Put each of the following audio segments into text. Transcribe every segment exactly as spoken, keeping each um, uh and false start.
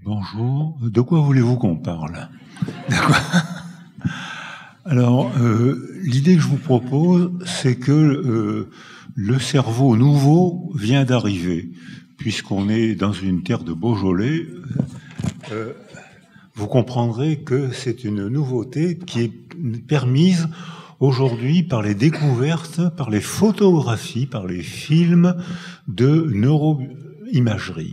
Bonjour. De quoi voulez-vous qu'on parle? Alors, euh, l'idée que je vous propose, c'est que euh, le cerveau nouveau vient d'arriver, puisqu'on est dans une terre de Beaujolais. Euh, vous comprendrez que c'est une nouveauté qui est permise aujourd'hui par les découvertes, par les photographies, par les films de neuroimagerie.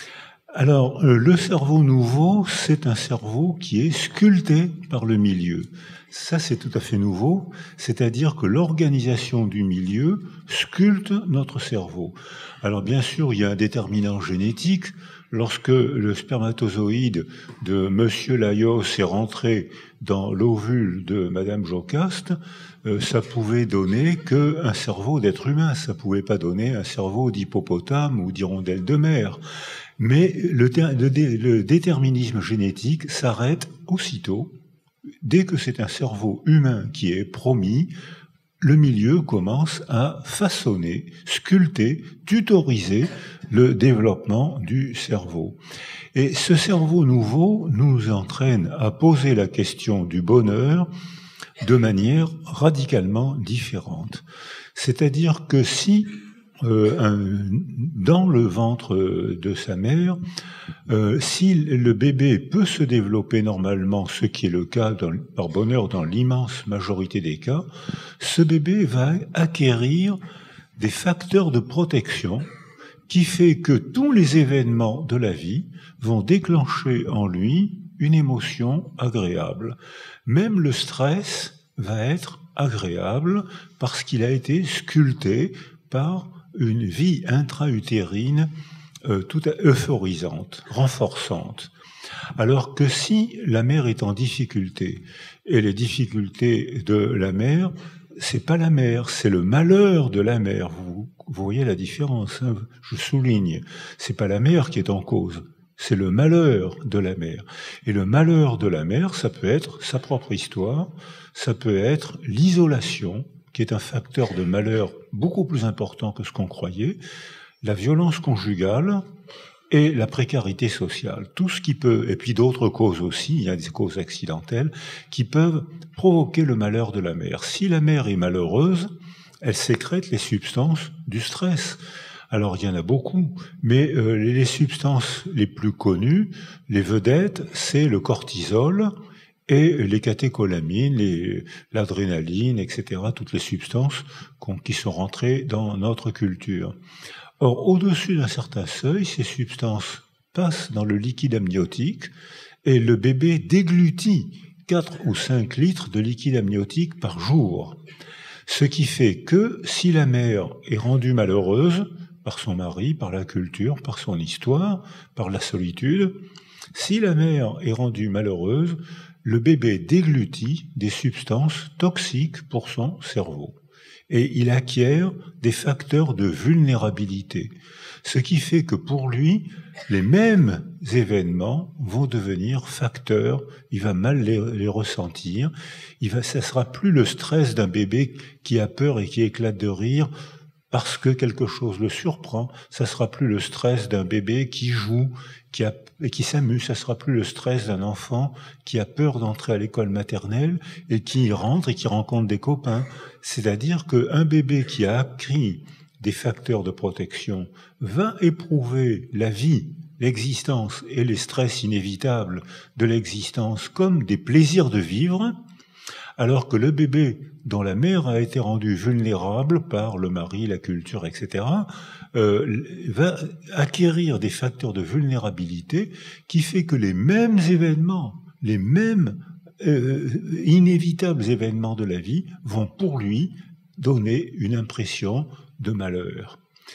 Alors, le cerveau nouveau, c'est un cerveau qui est sculpté par le milieu. Ça, c'est tout à fait nouveau, c'est-à-dire que l'organisation du milieu sculpte notre cerveau. Alors, bien sûr, il y a un déterminant génétique. Lorsque le spermatozoïde de Monsieur Laios est rentré dans l'ovule de Madame Jocaste, euh, ça pouvait donner qu'un cerveau d'être humain. Ça pouvait pas donner un cerveau d'hippopotame ou d'hirondelle de mer. Mais le, le, le déterminisme génétique s'arrête aussitôt. Dès que c'est un cerveau humain qui est promis, le milieu commence à façonner, sculpter, tutoriser le développement du cerveau. Et ce cerveau nouveau nous entraîne à poser la question du bonheur de manière radicalement différente. C'est-à-dire que si Euh, un, dans le ventre de sa mère, euh, si le bébé peut se développer normalement, ce qui est le cas dans, par bonheur dans l'immense majorité des cas, ce bébé va acquérir des facteurs de protection qui fait que tous les événements de la vie vont déclencher en lui une émotion agréable. Même le stress va être agréable parce qu'il a été sculpté par une vie intra-utérine euh, tout à euphorisante, renforçante. Alors que si la mère est en difficulté, et les difficultés de la mère, c'est pas la mère, c'est le malheur de la mère. Vous, vous voyez la différence, hein, je souligne. C'est pas la mère qui est en cause, c'est le malheur de la mère. Et le malheur de la mère, ça peut être sa propre histoire, ça peut être l'isolation, qui est un facteur de malheur beaucoup plus important que ce qu'on croyait, la violence conjugale et la précarité sociale. Tout ce qui peut, et puis d'autres causes aussi, il y a des causes accidentelles, qui peuvent provoquer le malheur de la mère. Si la mère est malheureuse, elle sécrète les substances du stress. Alors il y en a beaucoup, mais euh, les substances les plus connues, les vedettes, c'est le cortisol, et les catécholamines, les, l'adrénaline, et cetera, toutes les substances qui sont rentrées dans notre culture. Or, au-dessus d'un certain seuil, ces substances passent dans le liquide amniotique et le bébé déglutit quatre ou cinq litres de liquide amniotique par jour. Ce qui fait que si la mère est rendue malheureuse par son mari, par la culture, par son histoire, par la solitude, si la mère est rendue malheureuse, le bébé déglutit des substances toxiques pour son cerveau et il acquiert des facteurs de vulnérabilité, ce qui fait que pour lui, les mêmes événements vont devenir facteurs, il va mal les, les ressentir, il va, ça sera plus le stress d'un bébé qui a peur et qui éclate de rire parce que quelque chose le surprend, ça sera plus le stress d'un bébé qui joue, qui a, et qui s'amuse, ça sera plus le stress d'un enfant qui a peur d'entrer à l'école maternelle et qui rentre et qui rencontre des copains. C'est-à-dire qu'un bébé qui a acquis des facteurs de protection va éprouver la vie, l'existence et les stress inévitables de l'existence comme des plaisirs de vivre, alors que le bébé dont la mère a été rendue vulnérable par le mari, la culture, et cetera, euh, va acquérir des facteurs de vulnérabilité qui fait que les mêmes événements, les mêmes euh, inévitables événements de la vie vont pour lui donner une impression de malheur.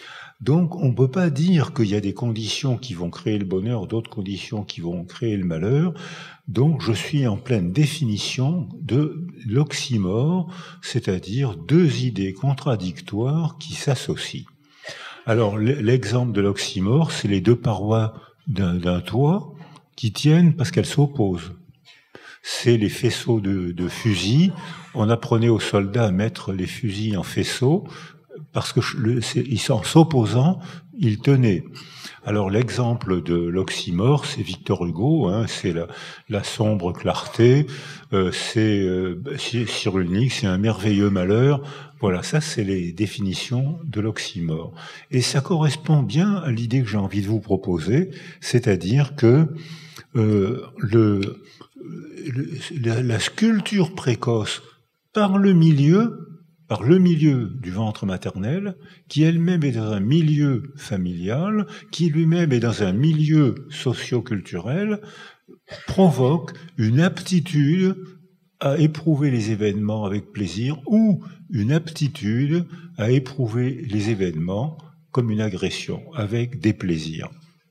Donc on ne peut pas dire qu'il y a des conditions qui vont créer le bonheur, d'autres conditions qui vont créer le malheur. Donc je suis en pleine définition de l'oxymore, c'est-à-dire deux idées contradictoires qui s'associent. Alors l'exemple de l'oxymore, c'est les deux parois d'un, d'un toit qui tiennent parce qu'elles s'opposent. C'est les faisceaux de, de fusils. On apprenait aux soldats à mettre les fusils en faisceaux parce que le, c'est, en s'opposant, il tenait. Alors l'exemple de l'oxymore, c'est Victor Hugo, hein, c'est la, la sombre clarté, euh, c'est euh, Cyrulnik, c'est un merveilleux malheur. Voilà, ça c'est les définitions de l'oxymore. Et ça correspond bien à l'idée que j'ai envie de vous proposer, c'est-à-dire que euh, le, le, la, la sculpture précoce par le milieu, par le milieu du ventre maternel, qui elle-même est dans un milieu familial, qui lui-même est dans un milieu socio-culturel, provoque une aptitude à éprouver les événements avec plaisir ou une aptitude à éprouver les événements comme une agression, avec déplaisir.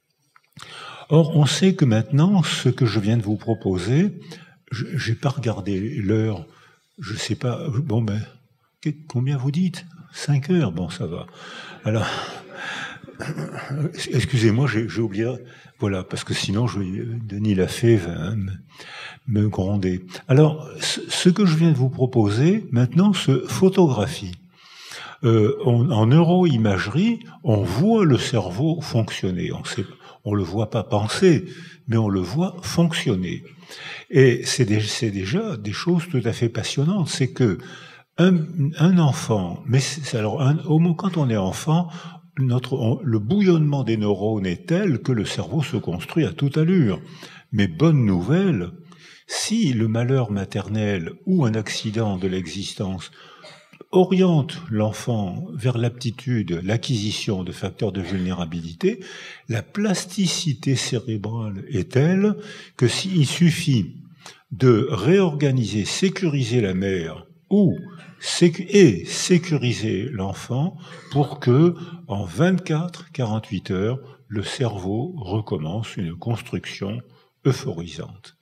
Or, on sait que maintenant, ce que je viens de vous proposer, je n'ai pas regardé l'heure, je ne sais pas, bon ben, combien vous dites? Cinq heures, bon, ça va. Alors, excusez-moi, j'ai oublié, voilà, parce que sinon, je, Denis Lafay va me, me gronder. Alors, ce que je viens de vous proposer, maintenant, se photographie. Euh, on, en neuroimagerie, on voit le cerveau fonctionner. On sait, on le voit pas penser, mais on le voit fonctionner. Et c'est déjà des choses tout à fait passionnantes. C'est que Un, un enfant, mais c'est, alors un, au moment quand on est enfant, notre, on, le bouillonnement des neurones est tel que le cerveau se construit à toute allure. Mais bonne nouvelle, si le malheur maternel ou un accident de l'existence oriente l'enfant vers l'aptitude, l'acquisition de facteurs de vulnérabilité, la plasticité cérébrale est telle que s'il suffit de réorganiser, sécuriser la mère ou et sécuriser l'enfant pour que, en vingt-quatre à quarante-huit heures, le cerveau recommence une construction euphorisante.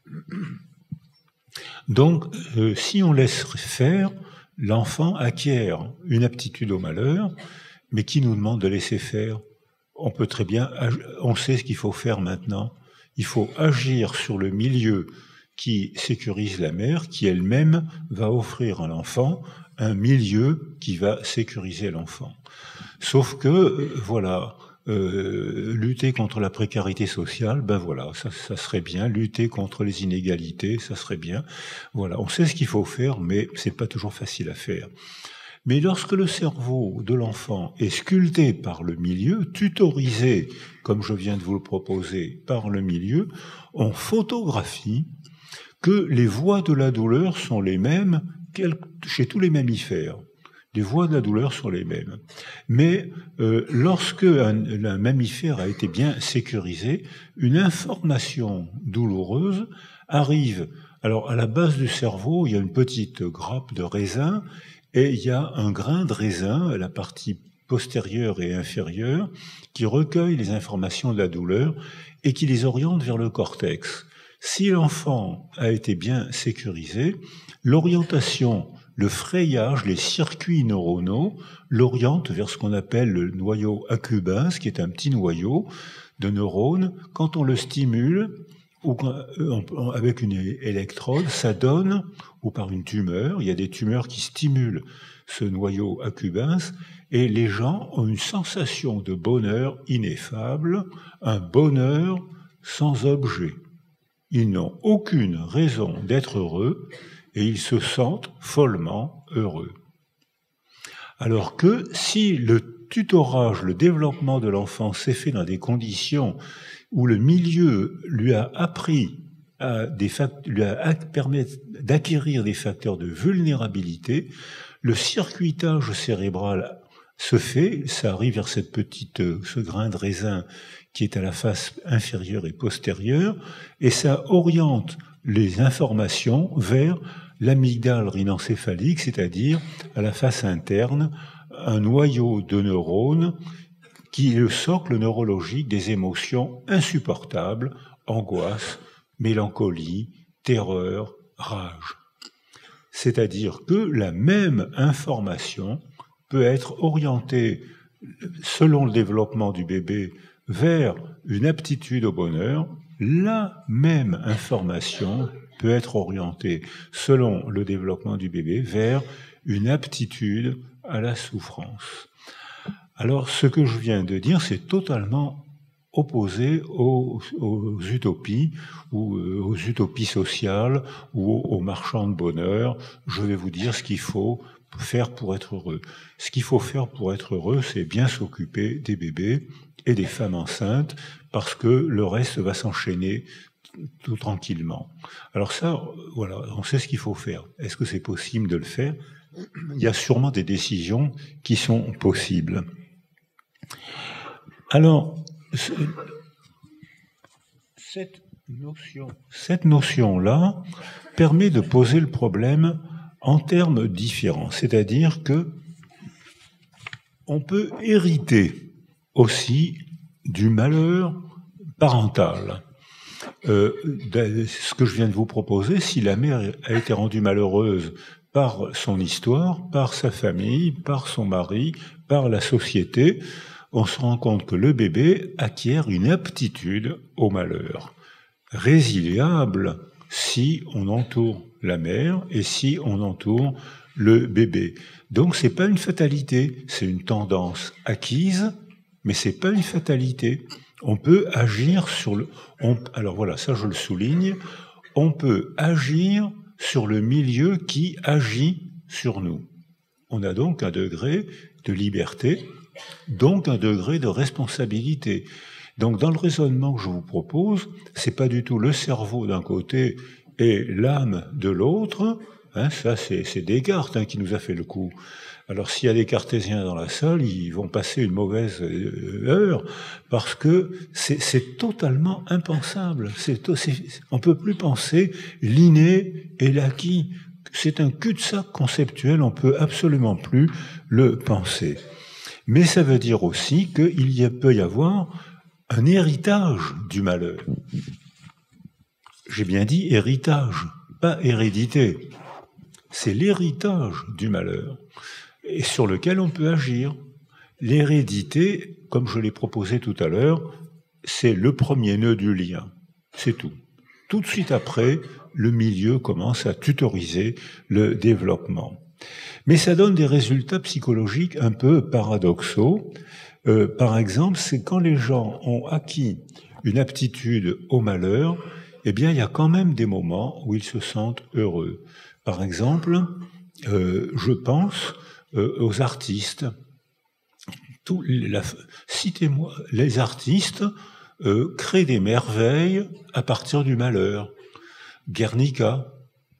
Donc, euh, si on laisse faire, l'enfant acquiert une aptitude au malheur, mais qui nous demande de laisser faire? On peut très bien, on sait ce qu'il faut faire maintenant. Il faut agir sur le milieu qui sécurise la mère, qui elle-même va offrir à l'enfant un milieu qui va sécuriser l'enfant. Sauf que, euh, voilà, euh, lutter contre la précarité sociale, ben voilà, ça, ça serait bien. Lutter contre les inégalités, ça serait bien. Voilà, on sait ce qu'il faut faire, mais c'est pas toujours facile à faire. Mais lorsque le cerveau de l'enfant est sculpté par le milieu, tutorisé, comme je viens de vous le proposer, par le milieu, on photographie que les voies de la douleur sont les mêmes chez tous les mammifères. Les voies de la douleur sont les mêmes. Mais euh, lorsque un, un mammifère a été bien sécurisé, une information douloureuse arrive. Alors, à la base du cerveau, il y a une petite grappe de raisin et il y a un grain de raisin, la partie postérieure et inférieure, qui recueille les informations de la douleur et qui les oriente vers le cortex. Si l'enfant a été bien sécurisé, l'orientation, le frayage, les circuits neuronaux l'orientent vers ce qu'on appelle le noyau accumbens, qui est un petit noyau de neurones. Quand on le stimule, ou avec une électrode, ça donne, ou par une tumeur, il y a des tumeurs qui stimulent ce noyau accumbens, et les gens ont une sensation de bonheur ineffable, un bonheur sans objet. Ils n'ont aucune raison d'être heureux et ils se sentent follement heureux. Alors que si le tutorage, le développement de l'enfant s'est fait dans des conditions où le milieu lui a appris à des fact- lui a permis d'acquérir des facteurs de vulnérabilité, le circuitage cérébral se fait, ça arrive vers cette petite, ce grain de raisin qui est à la face inférieure et postérieure, et ça oriente les informations vers l'amygdale rhinencéphalique, c'est-à-dire à la face interne, un noyau de neurones qui est le socle neurologique des émotions insupportables, angoisse, mélancolie, terreur, rage. C'est-à-dire que la même information peut être orientée, selon le développement du bébé, vers une aptitude au bonheur. La même information peut être orientée, selon le développement du bébé, vers une aptitude à la souffrance. Alors, ce que je viens de dire, c'est totalement opposé aux, aux utopies, ou aux utopies sociales, ou aux, aux marchands de bonheur. Je vais vous dire ce qu'il faut faire pour être heureux. Ce qu'il faut faire pour être heureux, c'est bien s'occuper des bébés et des femmes enceintes, parce que le reste va s'enchaîner tout tranquillement. Alors ça, voilà, on sait ce qu'il faut faire. Est-ce que c'est possible de le faire? Il y a sûrement des décisions qui sont possibles. Alors, cette notion, cette notion-là permet de poser le problème en termes différents, c'est-à-dire que on peut hériter aussi du malheur parental. Euh, ce que je viens de vous proposer, si la mère a été rendue malheureuse par son histoire, par sa famille, par son mari, par la société, on se rend compte que le bébé acquiert une aptitude au malheur, résiliable si on entoure la mère et si on entoure le bébé. Donc c'est pas une fatalité, c'est une tendance acquise, mais c'est pas une fatalité. On peut agir sur le... On, alors voilà, ça je le souligne, on peut agir sur le milieu qui agit sur nous. On a donc un degré de liberté, donc un degré de responsabilité. Donc dans le raisonnement que je vous propose, c'est pas du tout le cerveau d'un côté et l'âme de l'autre, hein, ça c'est, c'est Descartes hein, qui nous a fait le coup. Alors s'il y a des cartésiens dans la salle, ils vont passer une mauvaise heure, parce que c'est, c'est totalement impensable. C'est, c'est, on ne peut plus penser l'inné et l'acquis. C'est un cul-de-sac conceptuel, on ne peut absolument plus le penser. Mais ça veut dire aussi qu'il y a, peut y avoir un héritage du malheur. J'ai bien dit héritage, pas hérédité. C'est l'héritage du malheur, et sur lequel on peut agir. L'hérédité, comme je l'ai proposé tout à l'heure, c'est le premier nœud du lien. C'est tout. Tout de suite après, le milieu commence à tutoriser le développement. Mais ça donne des résultats psychologiques un peu paradoxaux. Euh, par exemple, c'est quand les gens ont acquis une aptitude au malheur, eh bien, il y a quand même des moments où ils se sentent heureux. Par exemple, euh, je pense euh, aux artistes. Tout, la, citez-moi, les artistes euh, créent des merveilles à partir du malheur. Guernica,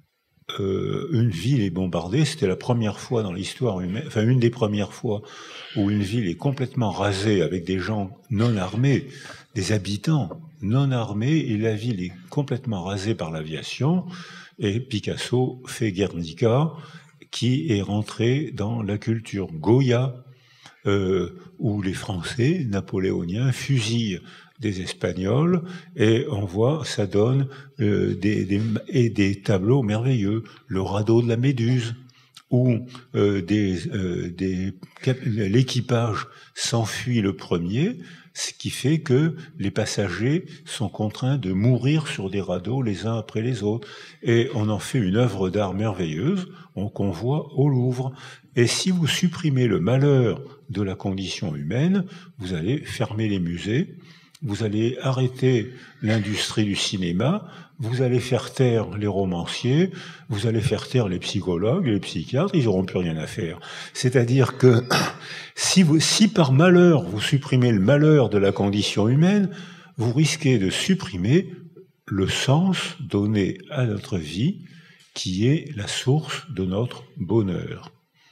euh, une ville est bombardée, c'était la première fois dans l'histoire humaine, enfin une des premières fois où une ville est complètement rasée avec des gens non armés, des habitants non armés, et la ville est complètement rasée par l'aviation, et Picasso fait Guernica, qui est rentré dans la culture. Goya, euh, où les Français napoléoniens fusillent des Espagnols, et on voit, ça donne euh, des, des, et des tableaux merveilleux. Le radeau de la Méduse, où euh, des, euh, des, l'équipage s'enfuit le premier, ce qui fait que les passagers sont contraints de mourir sur des radeaux les uns après les autres. Et on en fait une œuvre d'art merveilleuse, qu'on voit au Louvre. Et si vous supprimez le malheur de la condition humaine, vous allez fermer les musées, vous allez arrêter l'industrie du cinéma, vous allez faire taire les romanciers, vous allez faire taire les psychologues, les psychiatres, ils n'auront plus rien à faire. C'est-à-dire que si, vous, si par malheur vous supprimez le malheur de la condition humaine, vous risquez de supprimer le sens donné à notre vie, qui est la source de notre bonheur.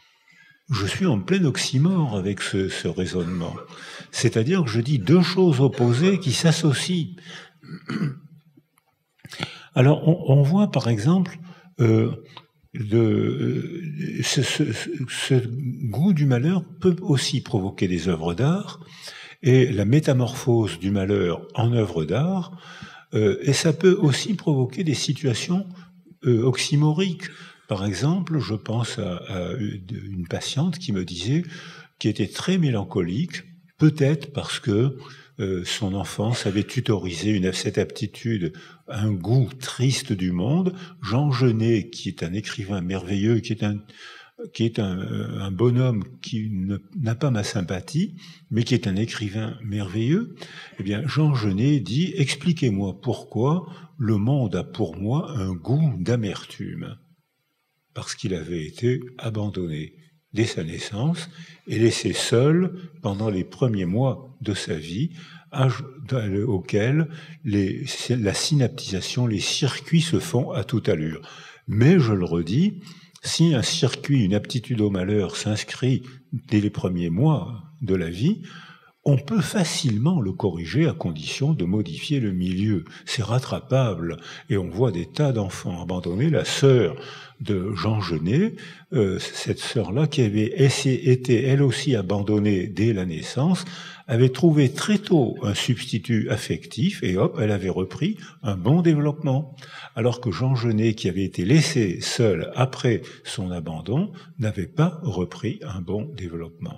Je suis en plein oxymore avec ce, ce raisonnement. C'est-à-dire que je dis deux choses opposées qui s'associent. Alors, on, on voit par exemple euh, de, ce, ce, ce goût du malheur peut aussi provoquer des œuvres d'art, et la métamorphose du malheur en œuvre d'art, euh, et ça peut aussi provoquer des situations euh, oxymoriques. Par exemple, je pense à, à une patiente qui me disait qu'elle était très mélancolique, peut-être parce que euh, son enfance avait tutorisé une, cette aptitude, un goût triste du monde. Jean Genet, qui est un écrivain merveilleux, qui est un, qui est un, un bonhomme qui ne, n'a pas ma sympathie, mais qui est un écrivain merveilleux, eh bien, Jean Genet dit « Expliquez-moi pourquoi le monde a pour moi un goût d'amertume. » Parce qu'il avait été abandonné dès sa naissance et laissé seul pendant les premiers mois de sa vie, âge auquel les, la synaptisation, les circuits se font à toute allure. Mais, je le redis, si un circuit, une aptitude au malheur s'inscrit dès les premiers mois de la vie, on peut facilement le corriger à condition de modifier le milieu. C'est rattrapable. Et on voit des tas d'enfants abandonnés. La sœur de Jean Genet, euh, cette sœur-là, qui avait été elle aussi abandonnée dès la naissance, avait trouvé très tôt un substitut affectif et hop, elle avait repris un bon développement. Alors que Jean Genet, qui avait été laissé seul après son abandon, n'avait pas repris un bon développement.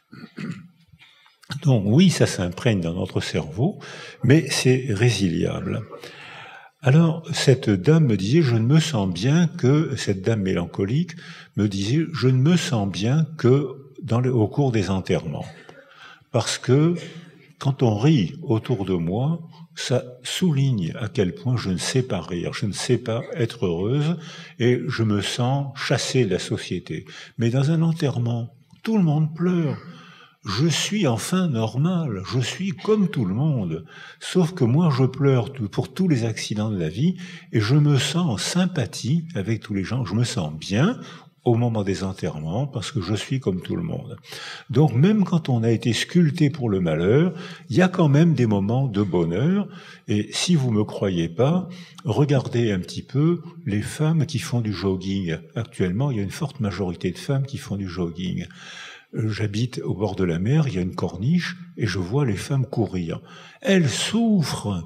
Donc oui, ça s'imprègne dans notre cerveau, mais c'est résiliable. Alors, cette dame me disait, je ne me sens bien que, cette dame mélancolique me disait, je ne me sens bien que dans le, au cours des enterrements. Parce que quand on rit autour de moi, ça souligne à quel point je ne sais pas rire, je ne sais pas être heureuse et je me sens chassée de la société. Mais dans un enterrement, tout le monde pleure. Je suis enfin normal, je suis comme tout le monde, sauf que moi je pleure pour tous les accidents de la vie et je me sens en sympathie avec tous les gens, je me sens bien au moment des enterrements parce que je suis comme tout le monde. Donc même quand on a été sculpté pour le malheur, il y a quand même des moments de bonheur et si vous me croyez pas, regardez un petit peu les femmes qui font du jogging. Actuellement, il y a une forte majorité de femmes qui font du jogging. J'habite au bord de la mer, il y a une corniche, et je vois les femmes courir. Elles souffrent.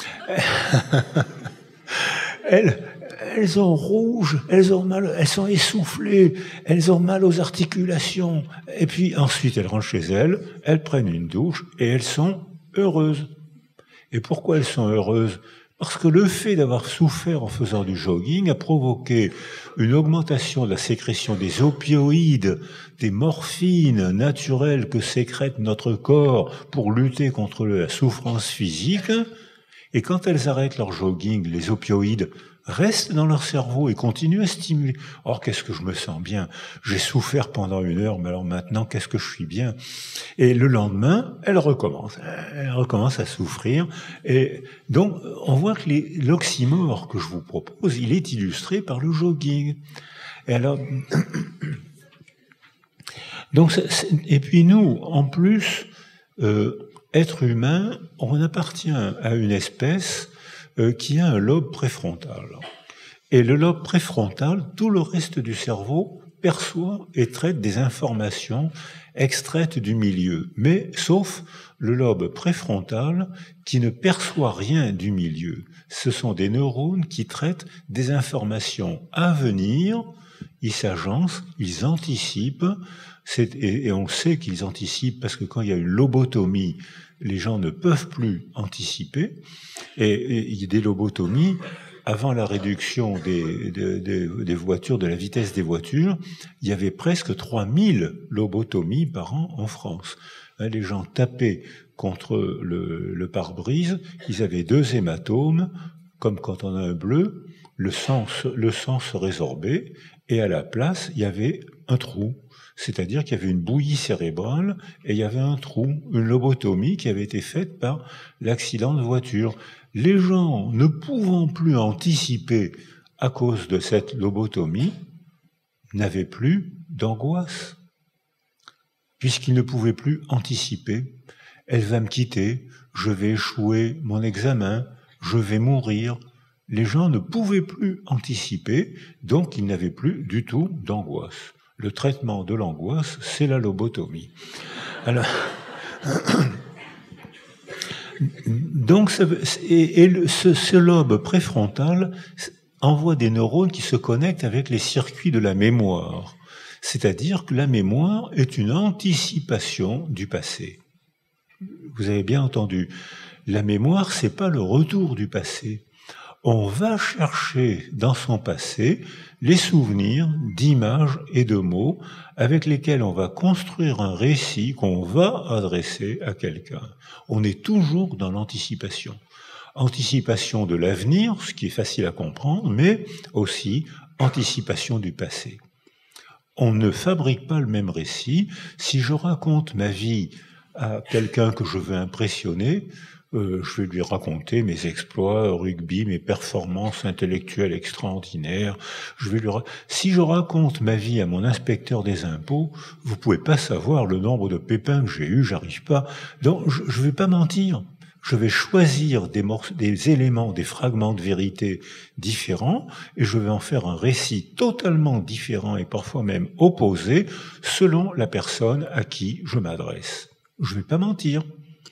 elles, elles ont rouge, elles ont mal, elles sont essoufflées, elles ont mal aux articulations. Et puis ensuite, elles rentrent chez elles, elles prennent une douche, et elles sont heureuses. Et pourquoi elles sont heureuses ? Parce que le fait d'avoir souffert en faisant du jogging a provoqué une augmentation de la sécrétion des opioïdes, des morphines naturelles que sécrète notre corps pour lutter contre la souffrance physique. Et quand elles arrêtent leur jogging, les opioïdes restent dans leur cerveau et continuent à stimuler. Or, qu'est-ce que je me sens bien ? J'ai souffert pendant une heure, mais alors maintenant, qu'est-ce que je suis bien ? Et le lendemain, elle recommence. Elle recommence à souffrir. Et donc, on voit que les, l'oxymore que je vous propose, il est illustré par le jogging. Et alors, donc, et puis nous, en plus, euh, être humain, on appartient à une espèce qui a un lobe préfrontal. Et le lobe préfrontal, tout le reste du cerveau perçoit et traite des informations extraites du milieu, mais sauf le lobe préfrontal qui ne perçoit rien du milieu. Ce sont des neurones qui traitent des informations à venir, ils s'agencent, ils anticipent, c'est, et, et on sait qu'ils anticipent parce que quand il y a une lobotomie, les gens ne peuvent plus anticiper, et il y a des lobotomies, avant la réduction des, des, des, des voitures, de la vitesse des voitures, il y avait presque trois mille lobotomies par an en France. Les gens tapaient contre le, le pare-brise, ils avaient deux hématomes, comme quand on a un bleu, le sang, le sang se résorbait, et à la place, il y avait un trou. C'est-à-dire qu'il y avait une bouillie cérébrale et il y avait un trou, une lobotomie qui avait été faite par l'accident de voiture. Les gens, ne pouvant plus anticiper à cause de cette lobotomie, n'avaient plus d'angoisse, puisqu'ils ne pouvaient plus anticiper. Elle va me quitter, je vais échouer mon examen, je vais mourir. Les gens ne pouvaient plus anticiper, donc ils n'avaient plus du tout d'angoisse. Le traitement de l'angoisse, c'est la lobotomie. Alors, donc, et, et le, ce, ce lobe préfrontal envoie des neurones qui se connectent avec les circuits de la mémoire. C'est-à-dire que la mémoire est une anticipation du passé. Vous avez bien entendu. La mémoire, c'est pas le retour du passé. on va chercher dans son passé les souvenirs d'images et de mots avec lesquels on va construire un récit qu'on va adresser à quelqu'un. On est toujours dans l'anticipation. Anticipation de l'avenir, ce qui est facile à comprendre, mais aussi anticipation du passé. On ne fabrique pas le même récit. Si je raconte ma vie à quelqu'un que je veux impressionner, Euh, je vais lui raconter mes exploits au rugby, mes performances intellectuelles extraordinaires. Je vais lui ra... Si je raconte ma vie à mon inspecteur des impôts, vous pouvez pas savoir le nombre de pépins que j'ai eu, j'arrive pas. Donc, je, je vais pas mentir. Je vais choisir des, morceaux, des éléments, des fragments de vérité différents, et je vais en faire un récit totalement différent et parfois même opposé, selon la personne à qui je m'adresse. Je vais pas mentir.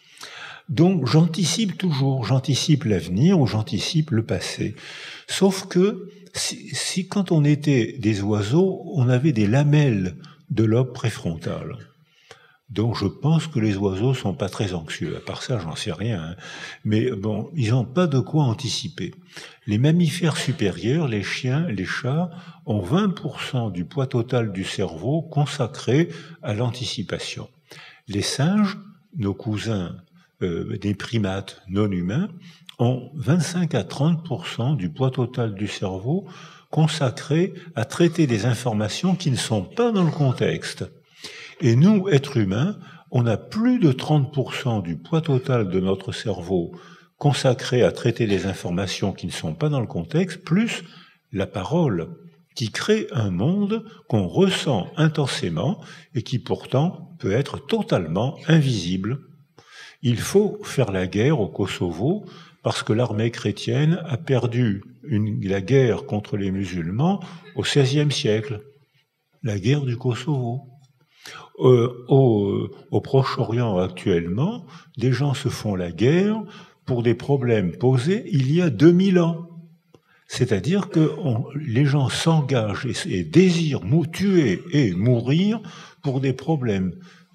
Donc j'anticipe toujours, j'anticipe l'avenir ou j'anticipe le passé. Sauf que si, si quand on était des oiseaux, on avait des lamelles de lobe préfrontal. Donc je pense que les oiseaux sont pas très anxieux. À part ça, j'en sais rien. Hein. Mais bon, ils n'ont pas de quoi anticiper. Les mammifères supérieurs, les chiens, les chats, ont vingt pour cent du poids total du cerveau consacré à l'anticipation. Les singes, nos cousins, Euh, des primates non humains ont vingt-cinq à trente pour cent du poids total du cerveau consacré à traiter des informations qui ne sont pas dans le contexte. Et nous, êtres humains, on a plus de trente pour cent du poids total de notre cerveau consacré à traiter des informations qui ne sont pas dans le contexte, plus la parole, qui crée un monde qu'on ressent intensément et qui pourtant peut être totalement invisible. Il faut faire la guerre au Kosovo parce que l'armée chrétienne a perdu une, la guerre contre les musulmans au seizième siècle, la guerre du Kosovo. Euh, au, au Proche-Orient actuellement, des gens se font la guerre pour des problèmes posés il y a deux mille ans. C'est-à-dire que on, les gens s'engagent et, et désirent mou, tuer et mourir pour des problèmes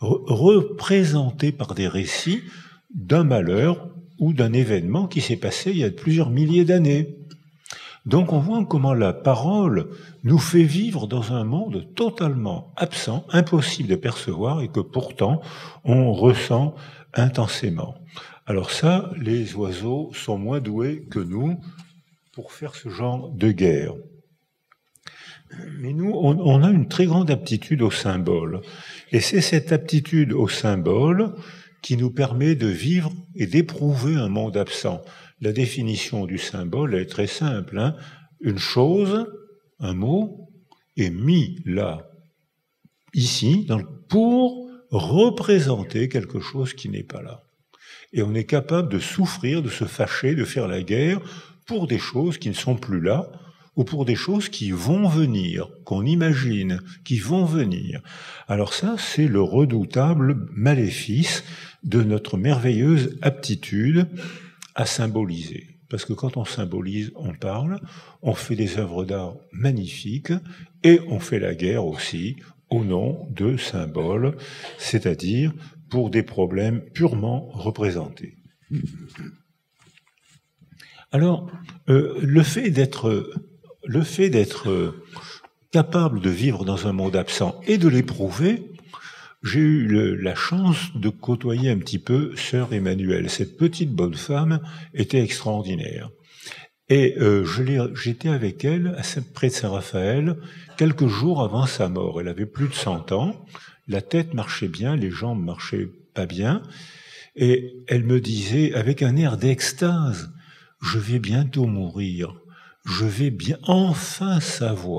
représentés par des récits d'un malheur ou d'un événement qui s'est passé il y a plusieurs milliers d'années. Donc on voit comment la parole nous fait vivre dans un monde totalement absent, impossible de percevoir et que pourtant on ressent intensément. Alors ça, les oiseaux sont moins doués que nous pour faire ce genre de guerre. Mais nous, on, on a une très grande aptitude au symbole. Et c'est cette aptitude au symbole qui nous permet de vivre et d'éprouver un monde absent. La définition du symbole est très simple. Hein. Une chose, un mot, est mis là, ici, dans, pour représenter quelque chose qui n'est pas là. Et on est capable de souffrir, de se fâcher, de faire la guerre pour des choses qui ne sont plus là, ou pour des choses qui vont venir, qu'on imagine, qui vont venir. Alors ça, c'est le redoutable maléfice de notre merveilleuse aptitude à symboliser. Parce que quand on symbolise, on parle, on fait des œuvres d'art magnifiques, et on fait la guerre aussi au nom de symboles, c'est-à-dire pour des problèmes purement représentés. Alors, euh, le fait d'être... Le fait d'être capable de vivre dans un monde absent et de l'éprouver, j'ai eu le, la chance de côtoyer un petit peu Sœur Emmanuelle. Cette petite bonne femme était extraordinaire. Et euh, je l'ai, j'étais avec elle près de Saint-Raphaël quelques jours avant sa mort. Elle avait plus de cent ans, la tête marchait bien, les jambes marchaient pas bien, et elle me disait avec un air d'extase, « Je vais bientôt mourir. Je vais bien enfin savoir. »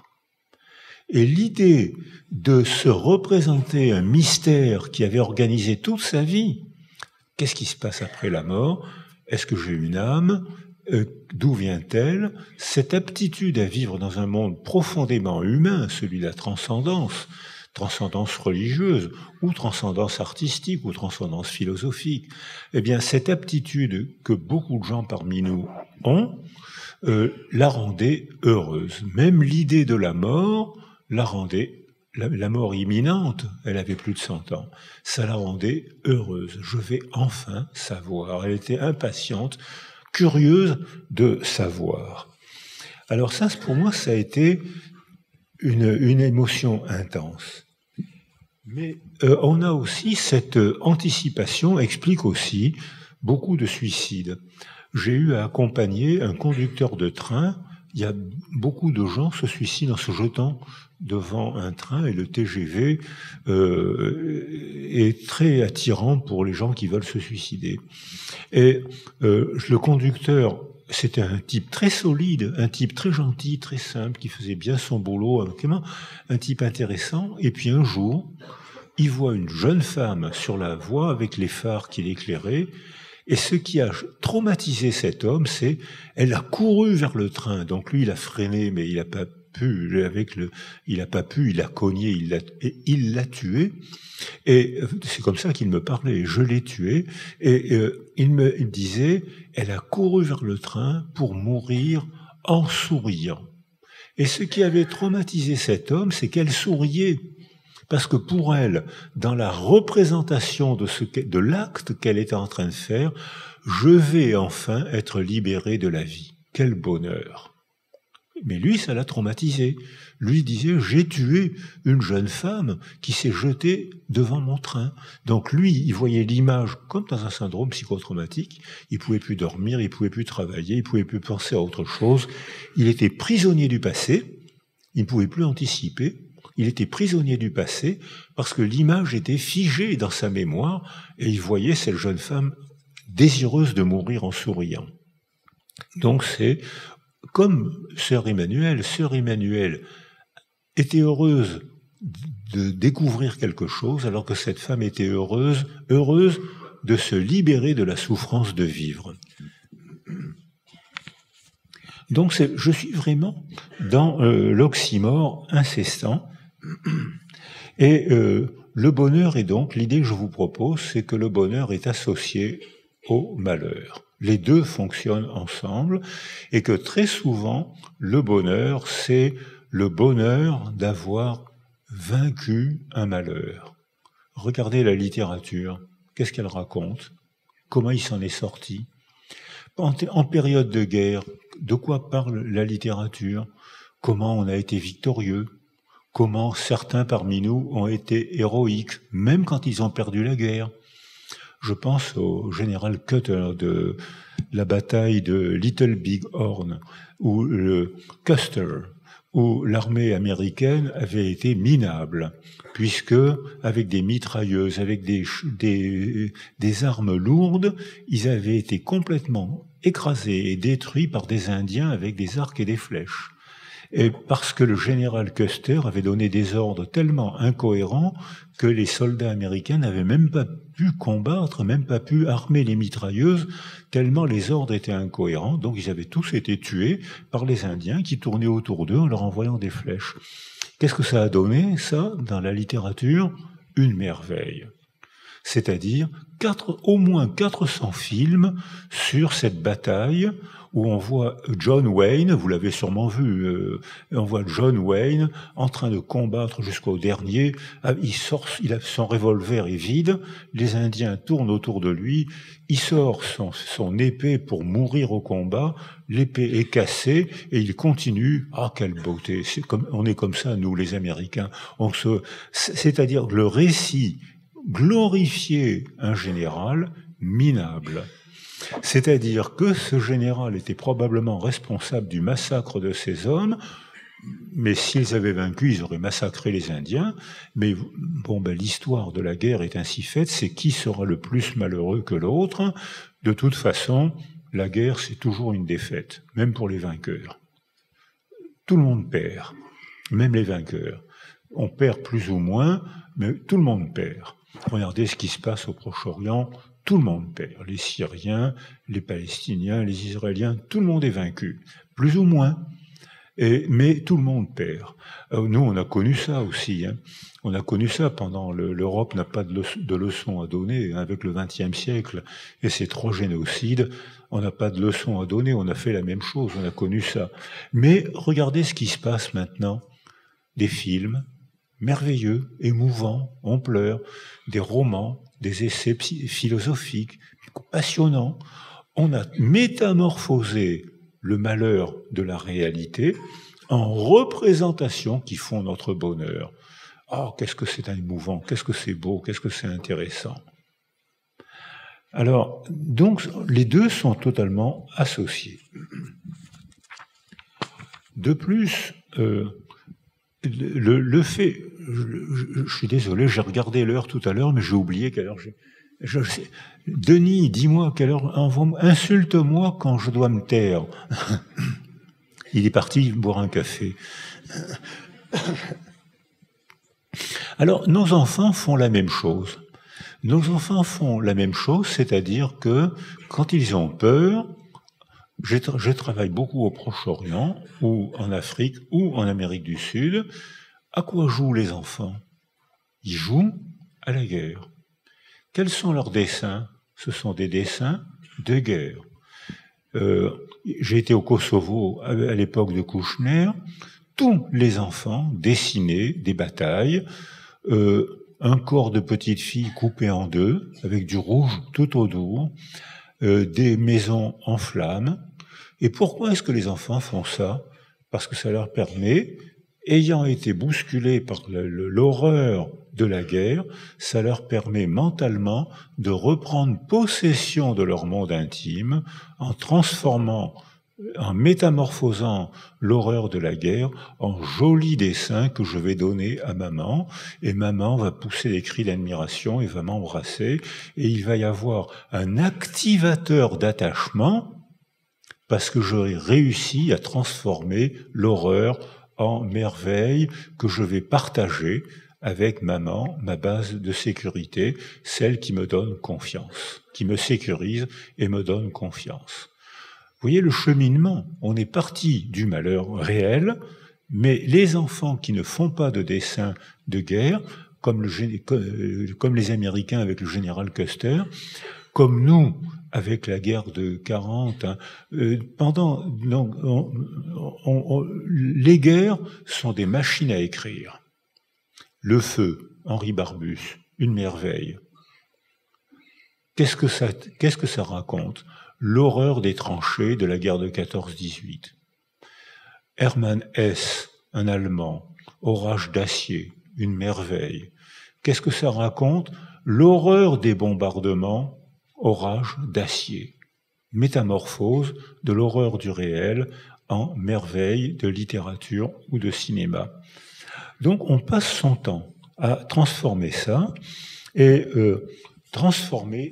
Et l'idée de se représenter un mystère qui avait organisé toute sa vie, qu'est-ce qui se passe après la mort? Est-ce que j'ai une âme? euh, D'où vient-elle? Cette aptitude à vivre dans un monde profondément humain, celui de la transcendance, transcendance religieuse, ou transcendance artistique, ou transcendance philosophique, eh bien cette aptitude que beaucoup de gens parmi nous ont, Euh, la rendait heureuse. Même l'idée de la mort la rendait, la, la mort imminente, elle avait plus de cent ans, ça la rendait heureuse. Je vais enfin savoir. Elle était impatiente curieuse de savoir. Alors ça, pour moi, ça a été une, une émotion intense. Mais euh, on a aussi cette anticipation, explique aussi beaucoup de suicides. J'ai eu à accompagner un conducteur de train. Il y a beaucoup de gens se suicident en se jetant devant un train, et le T G V euh, est très attirant pour les gens qui veulent se suicider. Et euh, le conducteur, c'était un type très solide, un type très gentil, très simple, qui faisait bien son boulot, un type intéressant. Et puis un jour, il voit une jeune femme sur la voie avec les phares qui l'éclairaient. Et ce qui a traumatisé cet homme, c'est elle a couru vers le train. Donc lui, il a freiné, mais il n'a pas pu. Avec le, il n'a pas pu. Il a cogné, il l'a, et il l'a tué. Et c'est comme ça qu'il me parlait. Je l'ai tué. Et euh, il me il disait, elle a couru vers le train pour mourir en souriant. Et ce qui avait traumatisé cet homme, c'est qu'elle souriait. Parce que pour elle, dans la représentation de, ce, de l'acte qu'elle était en train de faire, je vais enfin être libéré de la vie. Quel bonheur! Mais lui, ça l'a traumatisé. Lui disait, j'ai tué une jeune femme qui s'est jetée devant mon train. Donc lui, il voyait l'image comme dans un syndrome psychotraumatique. Il pouvait plus dormir, il pouvait plus travailler, il pouvait plus penser à autre chose. Il était prisonnier du passé, il ne pouvait plus anticiper. Il était prisonnier du passé parce que l'image était figée dans sa mémoire et il voyait cette jeune femme désireuse de mourir en souriant. Donc c'est comme Sœur Emmanuelle. Sœur Emmanuelle était heureuse de découvrir quelque chose alors que cette femme était heureuse, heureuse de se libérer de la souffrance de vivre. Donc c'est, je suis vraiment dans euh, l'oxymore incessant. Et euh, le bonheur est donc, l'idée que je vous propose, c'est que le bonheur est associé au malheur. Les deux fonctionnent ensemble et que très souvent, le bonheur, c'est le bonheur d'avoir vaincu un malheur. Regardez la littérature, qu'est-ce qu'elle raconte? Comment il s'en est sorti? En, en période de guerre, de quoi parle la littérature? Comment on a été victorieux? Comment certains parmi nous ont été héroïques, même quand ils ont perdu la guerre. Je pense au général Custer de la bataille de Little Big Horn, où le Custer, où l'armée américaine avait été minable, puisque avec des mitrailleuses, avec des, des, des armes lourdes, ils avaient été complètement écrasés et détruits par des Indiens avec des arcs et des flèches. Et parce que le général Custer avait donné des ordres tellement incohérents que les soldats américains n'avaient même pas pu combattre, même pas pu armer les mitrailleuses, tellement les ordres étaient incohérents. Donc ils avaient tous été tués par les Indiens qui tournaient autour d'eux en leur envoyant des flèches. Qu'est-ce que ça a donné, ça, dans la littérature? Une merveille. C'est-à-dire quatre, au moins quatre cents films sur cette bataille où on voit John Wayne, vous l'avez sûrement vu, euh, on voit John Wayne en train de combattre jusqu'au dernier, il sort, il a, son revolver est vide, les Indiens tournent autour de lui, il sort son, son épée pour mourir au combat, l'épée est cassée et il continue. Ah, quelle beauté! C'est comme, on est comme ça, nous les Américains. On se, c'est-à-dire le récit glorifier un général minable. C'est-à-dire que ce général était probablement responsable du massacre de ces hommes, mais s'ils avaient vaincu, ils auraient massacré les Indiens. Mais bon, ben, l'histoire de la guerre est ainsi faite, c'est qui sera le plus malheureux que l'autre. De toute façon, la guerre, c'est toujours une défaite, même pour les vainqueurs. Tout le monde perd, même les vainqueurs. On perd plus ou moins, mais tout le monde perd. Regardez ce qui se passe au Proche-Orient, tout le monde perd. Les Syriens, les Palestiniens, les Israéliens, tout le monde est vaincu, plus ou moins. Et, mais tout le monde perd. Euh, nous, on a connu ça aussi. Hein. On a connu ça pendant le, l'Europe n'a pas de, le, de leçons à donner avec le vingtième siècle et ses trois génocides. On n'a pas de leçons à donner. On a fait la même chose. On a connu ça. Mais regardez ce qui se passe maintenant. Des films merveilleux, émouvants, on pleure, des romans, des essais philosophiques passionnants. on a métamorphosé le malheur de la réalité en représentations qui font notre bonheur. Oh, qu'est-ce que c'est émouvant, qu'est-ce que c'est beau, qu'est-ce que c'est intéressant. Alors, donc, les deux sont totalement associés. De plus, euh, le, le fait... Je, je, je suis désolé, j'ai regardé l'heure tout à l'heure, mais j'ai oublié quelle heure j'ai... Je sais. Denis, dis-moi quelle heure... Insulte-moi quand je dois me taire. Il est parti boire un café. Alors, nos enfants font la même chose. Nos enfants font la même chose, c'est-à-dire que quand ils ont peur, je, tra- je travaille beaucoup au Proche-Orient, ou en Afrique, ou en Amérique du Sud. À quoi jouent les enfants? Ils jouent à la guerre. Quels sont leurs dessins? Ce sont des dessins de guerre. Euh, j'ai été au Kosovo à, à l'époque de Kouchner. Tous les enfants dessinaient des batailles, euh, un corps de petite fille coupé en deux, avec du rouge tout autour, euh, des maisons en flammes. Et pourquoi est-ce que les enfants font ça? Parce que ça leur permet, ayant été bousculés par le, le, l'horreur de la guerre, ça leur permet mentalement de reprendre possession de leur monde intime en transformant, en métamorphosant l'horreur de la guerre en jolis dessins que je vais donner à maman, et maman va pousser des cris d'admiration et va m'embrasser, et il va y avoir un activateur d'attachement parce que j'aurai réussi à transformer l'horreur en merveille que je vais partager avec maman, ma base de sécurité, celle qui me donne confiance, qui me sécurise et me donne confiance. Vous voyez le cheminement, on est parti du malheur réel, mais les enfants qui ne font pas de dessin de guerre, comme, le, comme les Américains avec le général Custer, comme nous avec la guerre de quarante, hein, euh, pendant donc, on, on, on, les guerres sont des machines à écrire. Le feu, Henri Barbus, une merveille. Qu'est-ce que ça, qu'est-ce que ça raconte? L'horreur des tranchées de la guerre de quatorze dix-huit. Hermann Hesse, un Allemand, Orage d'acier, une merveille. Qu'est-ce que ça raconte? L'horreur des bombardements, Orage d'acier. Métamorphose de l'horreur du réel en merveille de littérature ou de cinéma. Donc on passe son temps à transformer ça et euh, transformer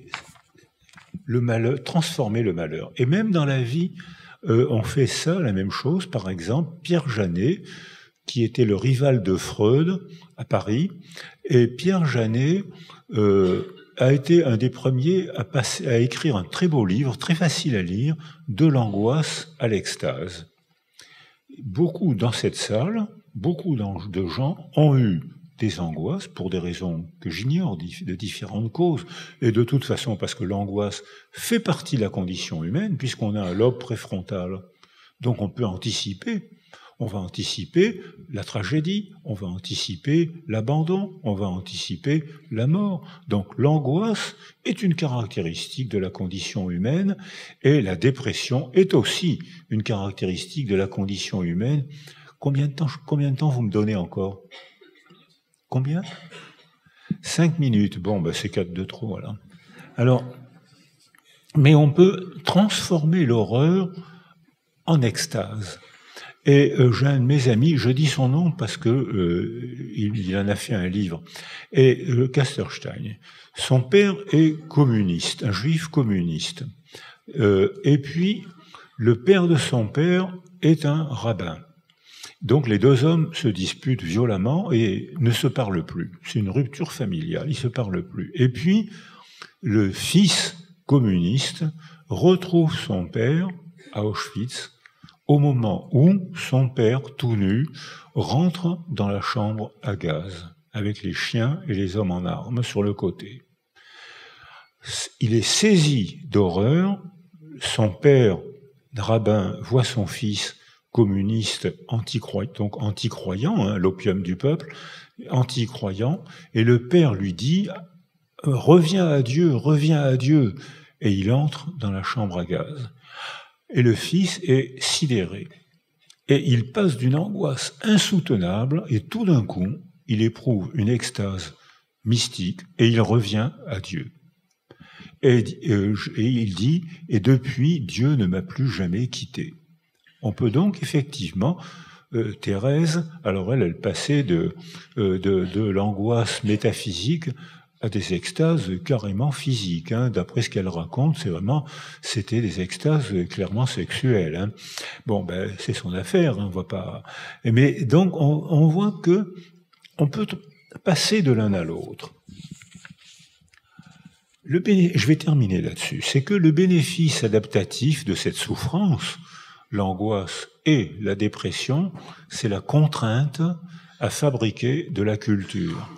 le malheur, transformer le malheur. Et même dans la vie, euh, on fait ça, la même chose. Par exemple, Pierre Janet, qui était le rival de Freud à Paris, et Pierre Janet euh, a été un des premiers à, passer, à écrire un très beau livre, très facile à lire, De l'angoisse à l'extase. Beaucoup dans cette salle, beaucoup de gens ont eu des angoisses pour des raisons que j'ignore, de différentes causes, et de toute façon parce que l'angoisse fait partie de la condition humaine, puisqu'on a un lobe préfrontal. Donc on peut anticiper. On va anticiper la tragédie, on va anticiper l'abandon, on va anticiper la mort. Donc l'angoisse est une caractéristique de la condition humaine, et la dépression est aussi une caractéristique de la condition humaine. Combien de temps, combien de temps vous me donnez encore? Combien? Cinq minutes. Bon, ben c'est quatre de trop, voilà. Alors, mais on peut transformer l'horreur en extase. Et euh, j'ai un de mes amis, je dis son nom parce que euh, il, il en a fait un livre, et euh, Casterstein. Son père est communiste, un juif communiste. Euh, et puis, le père de son père est un rabbin. Donc les deux hommes se disputent violemment et ne se parlent plus. C'est une rupture familiale, ils ne se parlent plus. Et puis, le fils communiste retrouve son père à Auschwitz au moment où son père, tout nu, rentre dans la chambre à gaz avec les chiens et les hommes en armes sur le côté. Il est saisi d'horreur. Son père, rabbin, voit son fils communiste, anti-croyant, donc anti-croyant, hein, l'opium du peuple, anti-croyant, et le père lui dit « Reviens à Dieu, reviens à Dieu ». Et il entre dans la chambre à gaz. Et le fils est sidéré. Et il passe d'une angoisse insoutenable, et tout d'un coup, il éprouve une extase mystique, et il revient à Dieu. Et, et, et il dit, et depuis, Dieu ne m'a plus jamais quitté. On peut donc effectivement, euh, Thérèse, alors elle, elle passait de, euh, de, de l'angoisse métaphysique à des extases carrément physiques. Hein. D'après ce qu'elle raconte, c'est vraiment, c'était des extases clairement sexuelles. Hein. Bon, ben, c'est son affaire, hein, on voit pas. Mais donc, on, on voit que on peut passer de l'un à l'autre. Le béné... Je vais terminer là-dessus. C'est que le bénéfice adaptatif de cette souffrance, l'angoisse et la dépression, c'est la contrainte à fabriquer de la culture.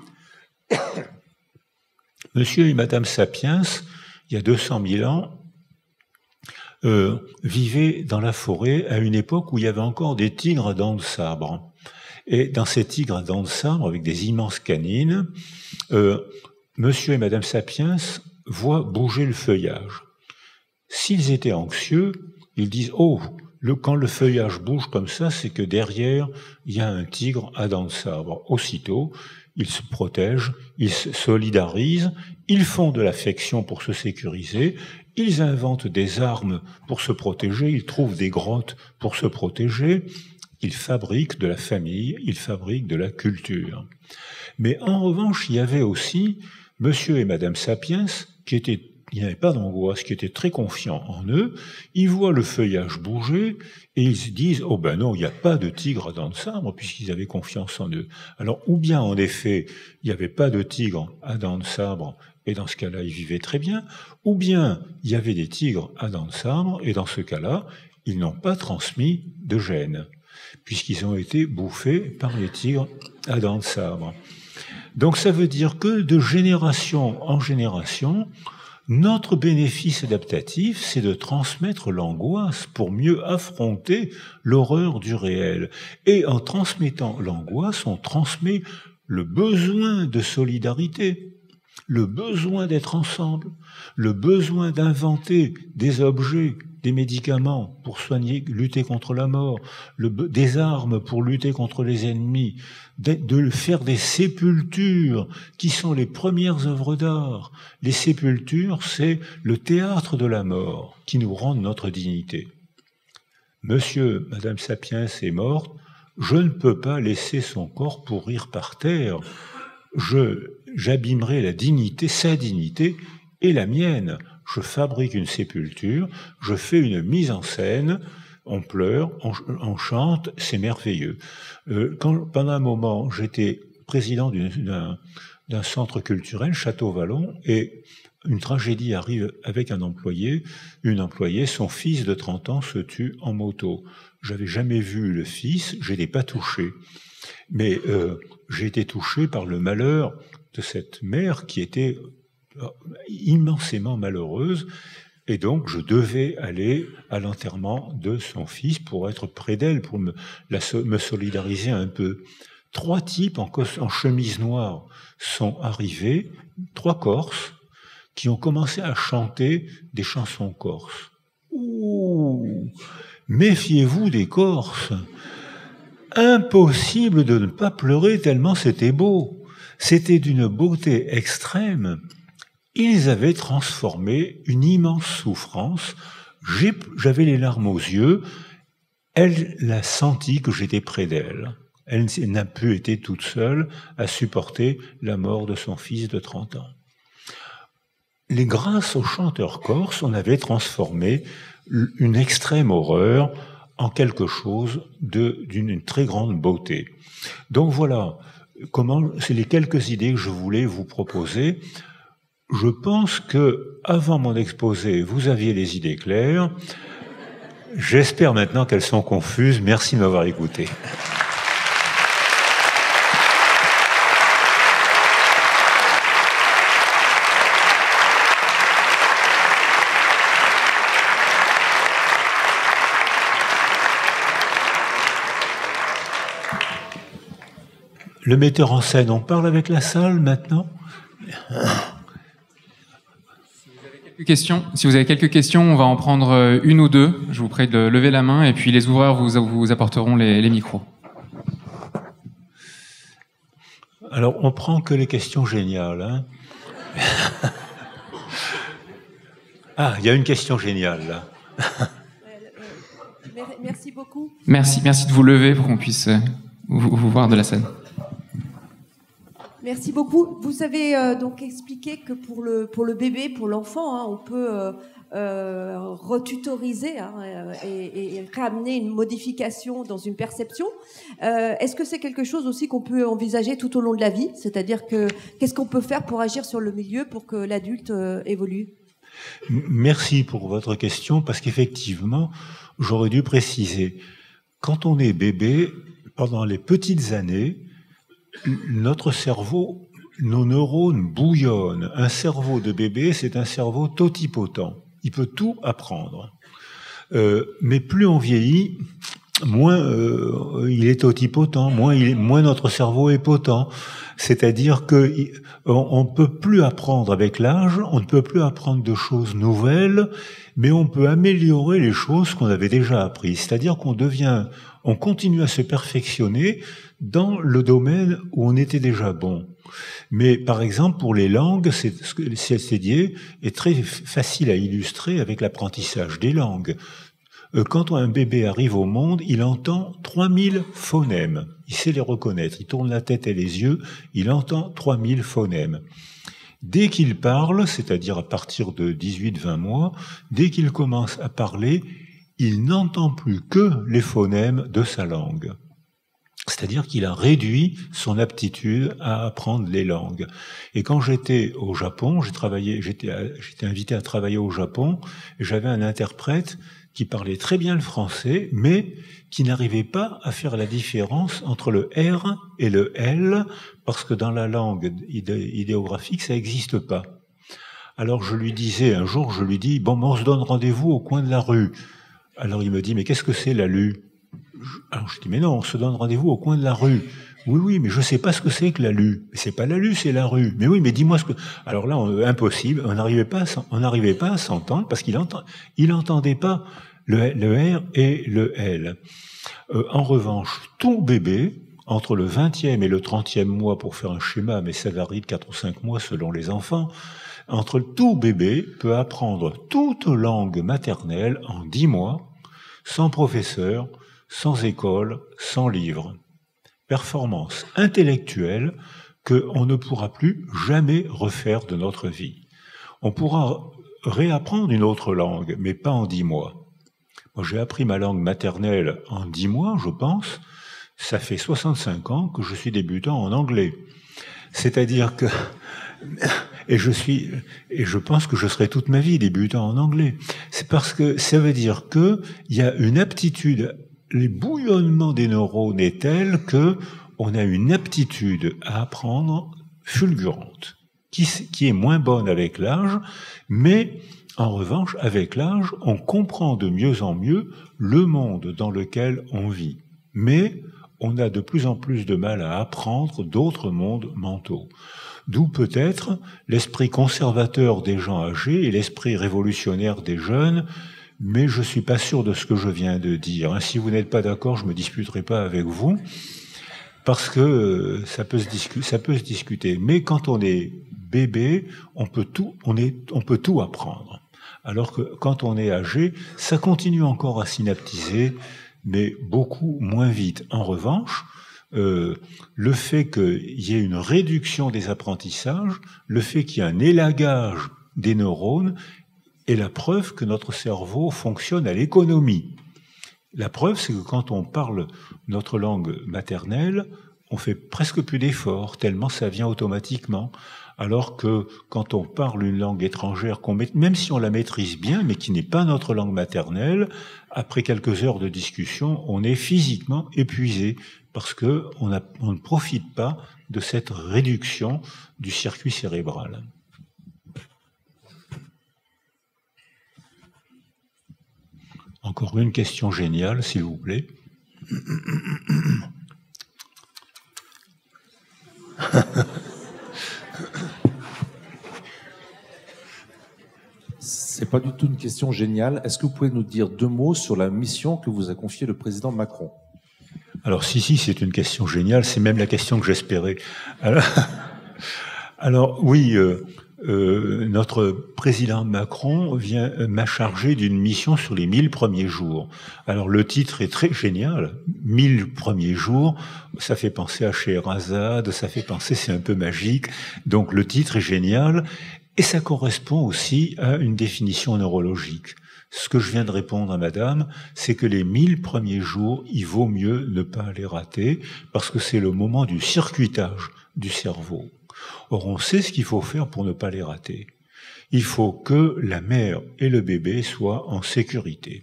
Monsieur et Madame Sapiens, il y a deux cent mille ans, euh, vivaient dans la forêt à une époque où il y avait encore des tigres à dents de sabre. Et dans ces tigres à dents de sabre, avec des immenses canines, euh, Monsieur et Madame Sapiens voient bouger le feuillage. S'ils étaient anxieux, ils disent « Oh, le, quand le feuillage bouge comme ça, c'est que derrière, il y a un tigre à dents de sabre. » Aussitôt, ils se protègent, ils se solidarisent, ils font de l'affection pour se sécuriser, ils inventent des armes pour se protéger, ils trouvent des grottes pour se protéger, ils fabriquent de la famille, ils fabriquent de la culture. Mais en revanche, il y avait aussi Monsieur et Madame Sapiens qui étaient, ils n'avaient pas d'angoisse, qui étaient très confiants en eux, ils voient le feuillage bouger et ils se disent « Oh ben non, il n'y a pas de tigre à dents de sabre » puisqu'ils avaient confiance en eux. Alors, ou bien en effet, il n'y avait pas de tigre à dents de sabre et dans ce cas-là, ils vivaient très bien, ou bien il y avait des tigres à dents de sabre et dans ce cas-là, ils n'ont pas transmis de gènes puisqu'ils ont été bouffés par les tigres à dents de sabre. Donc ça veut dire que de génération en génération, notre bénéfice adaptatif, c'est de transmettre l'angoisse pour mieux affronter l'horreur du réel. Et en transmettant l'angoisse, on transmet le besoin de solidarité, le besoin d'être ensemble, le besoin d'inventer des objets, des médicaments pour soigner, lutter contre la mort, le, des armes pour lutter contre les ennemis, de, de faire des sépultures qui sont les premières œuvres d'art. Les sépultures, c'est le théâtre de la mort qui nous rend notre dignité. Monsieur, Madame Sapiens est morte, je ne peux pas laisser son corps pourrir par terre. Je, j'abîmerai la dignité, sa dignité et la mienne. Je fabrique une sépulture, je fais une mise en scène, on pleure, on, on chante, c'est merveilleux. Euh, quand, pendant un moment, j'étais président d'un, d'un centre culturel, Château-Vallon, et une tragédie arrive avec un employé. Une employée, son fils de trente ans se tue en moto. J'avais jamais vu le fils, je n'étais pas touché. Mais euh, j'ai été touché par le malheur de cette mère qui était immensément malheureuse, et donc je devais aller à l'enterrement de son fils pour être près d'elle, pour me, la, me solidariser un peu. Trois types en, en chemise noire sont arrivés, trois Corses, qui ont commencé à chanter des chansons corses. Ouh, méfiez-vous des Corses. Impossible de ne pas pleurer tellement c'était beau. C'était d'une beauté extrême. Ils avaient transformé une immense souffrance. J'ai, j'avais les larmes aux yeux. Elle l'a senti que j'étais près d'elle. Elle n'a plus été toute seule à supporter la mort de son fils de trente ans. Les, grâce aux chanteurs corses, on avait transformé une extrême horreur en quelque chose de, d'une très grande beauté. Donc voilà, comment, c'est les quelques idées que je voulais vous proposer. Je pense que, avant mon exposé, vous aviez les idées claires. J'espère maintenant qu'elles sont confuses. Merci de m'avoir écouté. Le metteur en scène, on parle avec la salle maintenant ? Questions. Si vous avez quelques questions, on va en prendre une ou deux. Je vous prie de lever la main et puis les ouvreurs vous, vous apporteront les, les micros. Alors, on prend que les questions géniales. Hein. Ah, il y a une question géniale là. Merci beaucoup. Merci, merci de vous lever pour qu'on puisse vous, vous voir de la scène. Merci beaucoup. Vous avez euh, donc expliqué que pour le, pour le bébé, pour l'enfant, hein, on peut euh, euh, retutoriser hein, et, et ramener une modification dans une perception. Euh, est-ce que c'est quelque chose aussi qu'on peut envisager tout au long de la vie? C'est-à-dire que qu'est-ce qu'on peut faire pour agir sur le milieu pour que l'adulte euh, évolue? Merci pour votre question, parce qu'effectivement, j'aurais dû préciser. Quand on est bébé, pendant les petites années, notre cerveau, nos neurones bouillonnent. Un cerveau de bébé, c'est un cerveau totipotent. Il peut tout apprendre. Euh, mais plus on vieillit, moins euh, il est totipotent, moins, il est, moins notre cerveau est potent. C'est-à-dire que on ne peut plus apprendre avec l'âge, on ne peut plus apprendre de choses nouvelles, mais on peut améliorer les choses qu'on avait déjà apprises. C'est-à-dire qu'on devient, on continue à se perfectionner dans le domaine où on était déjà bon. Mais par exemple, pour les langues, c'est, cette idée est très facile à illustrer avec l'apprentissage des langues. Quand un bébé arrive au monde, il entend trois mille phonèmes. Il sait les reconnaître. Il tourne la tête et les yeux. Il entend trois mille phonèmes. Dès qu'il parle, c'est-à-dire à partir de dix-huit vingt mois, dès qu'il commence à parler, il n'entend plus que les phonèmes de sa langue. C'est-à-dire qu'il a réduit son aptitude à apprendre les langues. Et quand j'étais au Japon, j'ai travaillé, j'étais, j'étais invité à travailler au Japon, et j'avais un interprète qui parlait très bien le français, mais qui n'arrivait pas à faire la différence entre le R et le L, parce que dans la langue idéographique, ça n'existe pas. Alors je lui disais, un jour, je lui dis, bon, on se donne rendez-vous au coin de la rue. Alors il me dit, mais qu'est-ce que c'est la lue? Alors je dis, mais non, on se donne rendez-vous au coin de la rue. Oui, oui, mais je sais pas ce que c'est que la lue. C'est pas la lue, c'est la rue. Mais oui, mais dis-moi ce que... Alors là, on, impossible, on n'arrivait pas, on n'arrivait pas à s'entendre parce qu'il entend, il entendait pas le, le R et le L. Euh, en revanche, tout bébé, entre le vingtième et le trentième mois, pour faire un schéma, mais ça varie de quatre ou cinq mois selon les enfants, entre tout bébé peut apprendre toute langue maternelle en dix mois, sans professeur, sans école, sans livre. Performance intellectuelle qu'on ne pourra plus jamais refaire de notre vie. On pourra réapprendre une autre langue, mais pas en dix mois. Moi, j'ai appris ma langue maternelle en dix mois, je pense. Ça fait soixante-cinq ans que je suis débutant en anglais. C'est-à-dire que... Et je suis, et je pense que je serai toute ma vie débutant en anglais. C'est parce que ça veut dire que il y a une aptitude, les bouillonnements des neurones est tel que on a une aptitude à apprendre fulgurante, qui, qui est moins bonne avec l'âge, mais en revanche, avec l'âge, on comprend de mieux en mieux le monde dans lequel on vit. Mais on a de plus en plus de mal à apprendre d'autres mondes mentaux. D'où peut-être l'esprit conservateur des gens âgés et l'esprit révolutionnaire des jeunes, mais je suis pas sûr de ce que je viens de dire. Si vous n'êtes pas d'accord, je me disputerai pas avec vous, parce que ça peut se discuter, ça peut se discuter. Mais quand on est bébé, on peut tout, on est, on peut tout apprendre. Alors que quand on est âgé, ça continue encore à synaptiser, mais beaucoup moins vite. En revanche, Euh, le fait qu'il y ait une réduction des apprentissages, le fait qu'il y ait un élagage des neurones est la preuve que notre cerveau fonctionne à l'économie. La preuve, c'est que quand on parle notre langue maternelle, on fait presque plus d'efforts, tellement ça vient automatiquement. Alors que quand on parle une langue étrangère, qu'on met, même si on la maîtrise bien, mais qui n'est pas notre langue maternelle, après quelques heures de discussion, on est physiquement épuisé parce que on, a, on ne profite pas de cette réduction du circuit cérébral. Encore une question géniale, s'il vous plaît. C'est pas du tout une question géniale. Est-ce que vous pouvez nous dire deux mots sur la mission que vous a confiée le président Macron? Alors, si, si, c'est une question géniale. C'est même la question que j'espérais. Alors, alors oui, euh, euh, notre président Macron vient m'a chargé d'une mission sur les mille premiers jours. Alors, le titre est très génial. Mille premiers jours, ça fait penser à Scheherazade, ça fait penser, c'est un peu magique. Donc, le titre est génial. Et ça correspond aussi à une définition neurologique. Ce que je viens de répondre à madame, c'est que les mille premiers jours, il vaut mieux ne pas les rater, parce que c'est le moment du circuitage du cerveau. Or, on sait ce qu'il faut faire pour ne pas les rater. Il faut que la mère et le bébé soient en sécurité.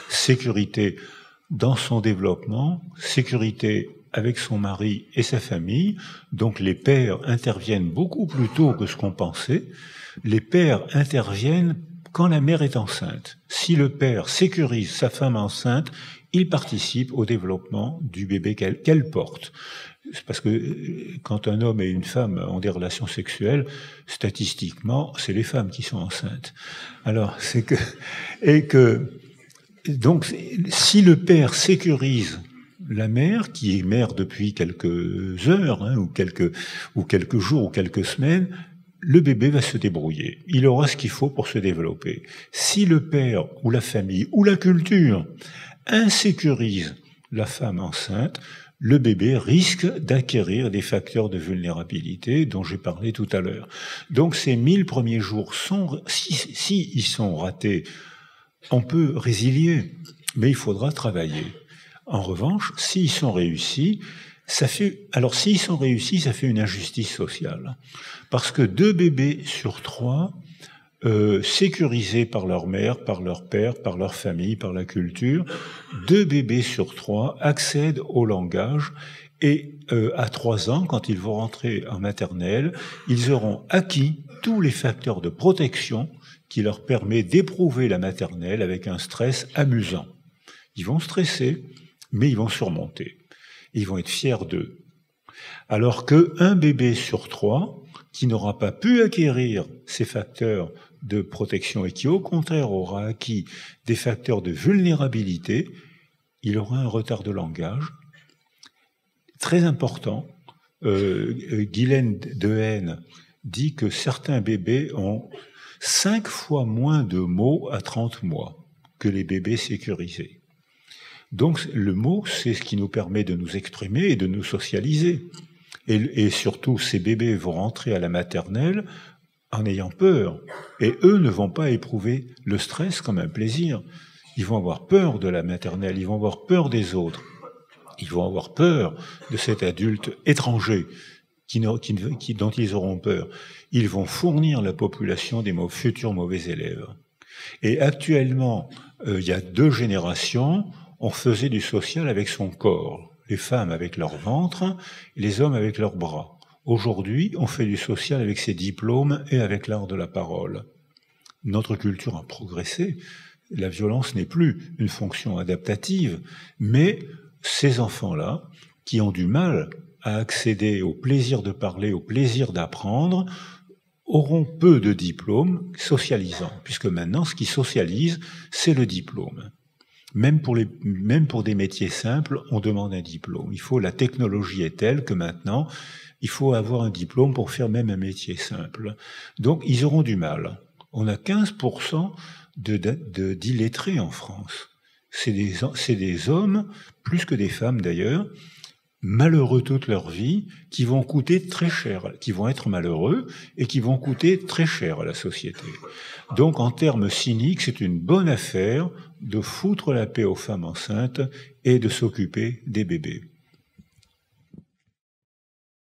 Sécurité dans son développement, sécurité avec son mari et sa famille. Donc les pères interviennent beaucoup plus tôt que ce qu'on pensait. Les pères interviennent quand la mère est enceinte. Si le père sécurise sa femme enceinte, il participe au développement du bébé qu'elle, qu'elle porte. C'est parce que quand un homme et une femme ont des relations sexuelles, statistiquement, c'est les femmes qui sont enceintes. Alors, c'est que... Et que... Donc, si le père sécurise la mère, qui est mère depuis quelques heures, hein, ou quelques, ou quelques jours, ou quelques semaines, le bébé va se débrouiller. Il aura ce qu'il faut pour se développer. Si le père, ou la famille, ou la culture insécurise la femme enceinte, le bébé risque d'acquérir des facteurs de vulnérabilité dont j'ai parlé tout à l'heure. Donc ces mille premiers jours sont, si, si ils sont ratés, on peut résilier, mais il faudra travailler. En revanche, s'ils sont réussis, ça fait, alors s'ils sont réussis, ça fait une injustice sociale. Parce que deux bébés sur trois, euh, sécurisés par leur mère, par leur père, par leur famille, par la culture, deux bébés sur trois accèdent au langage et euh, à trois ans, quand ils vont rentrer en maternelle, ils auront acquis tous les facteurs de protection qui leur permet d'éprouver la maternelle avec un stress amusant. Ils vont stresser, mais ils vont surmonter. Ils vont être fiers d'eux. Alors qu'un bébé sur trois, qui n'aura pas pu acquérir ces facteurs de protection et qui, au contraire, aura acquis des facteurs de vulnérabilité, il aura un retard de langage très important. Euh, Guylaine Dehaene dit que certains bébés ont cinq fois moins de mots à trente mois que les bébés sécurisés. Donc le mot, c'est ce qui nous permet de nous exprimer et de nous socialiser. Et, et surtout, ces bébés vont rentrer à la maternelle en ayant peur. Et eux ne vont pas éprouver le stress comme un plaisir. Ils vont avoir peur de la maternelle, ils vont avoir peur des autres. Ils vont avoir peur de cet adulte étranger qui, qui, qui, dont ils auront peur. Ils vont fournir la population des futurs mauvais élèves. Et actuellement, euh, il y a deux générations, on faisait du social avec son corps. Les femmes avec leur ventre, et les hommes avec leurs bras. Aujourd'hui, on fait du social avec ses diplômes et avec l'art de la parole. Notre culture a progressé. La violence n'est plus une fonction adaptative, mais ces enfants-là, qui ont du mal à accéder au plaisir de parler, au plaisir d'apprendre, auront peu de diplômes socialisants, puisque maintenant, ce qui socialise, c'est le diplôme. Même pour, les, même pour des métiers simples, on demande un diplôme. Il faut, la technologie est telle que maintenant, il faut avoir un diplôme pour faire même un métier simple. Donc, ils auront du mal. On a quinze pour cent de, de, de, d'illettrés en France. C'est des, c'est des hommes, plus que des femmes d'ailleurs, malheureux toute leur vie, qui vont coûter très cher, qui vont être malheureux et qui vont coûter très cher à la société. Donc, en termes cyniques, c'est une bonne affaire de foutre la paix aux femmes enceintes et de s'occuper des bébés.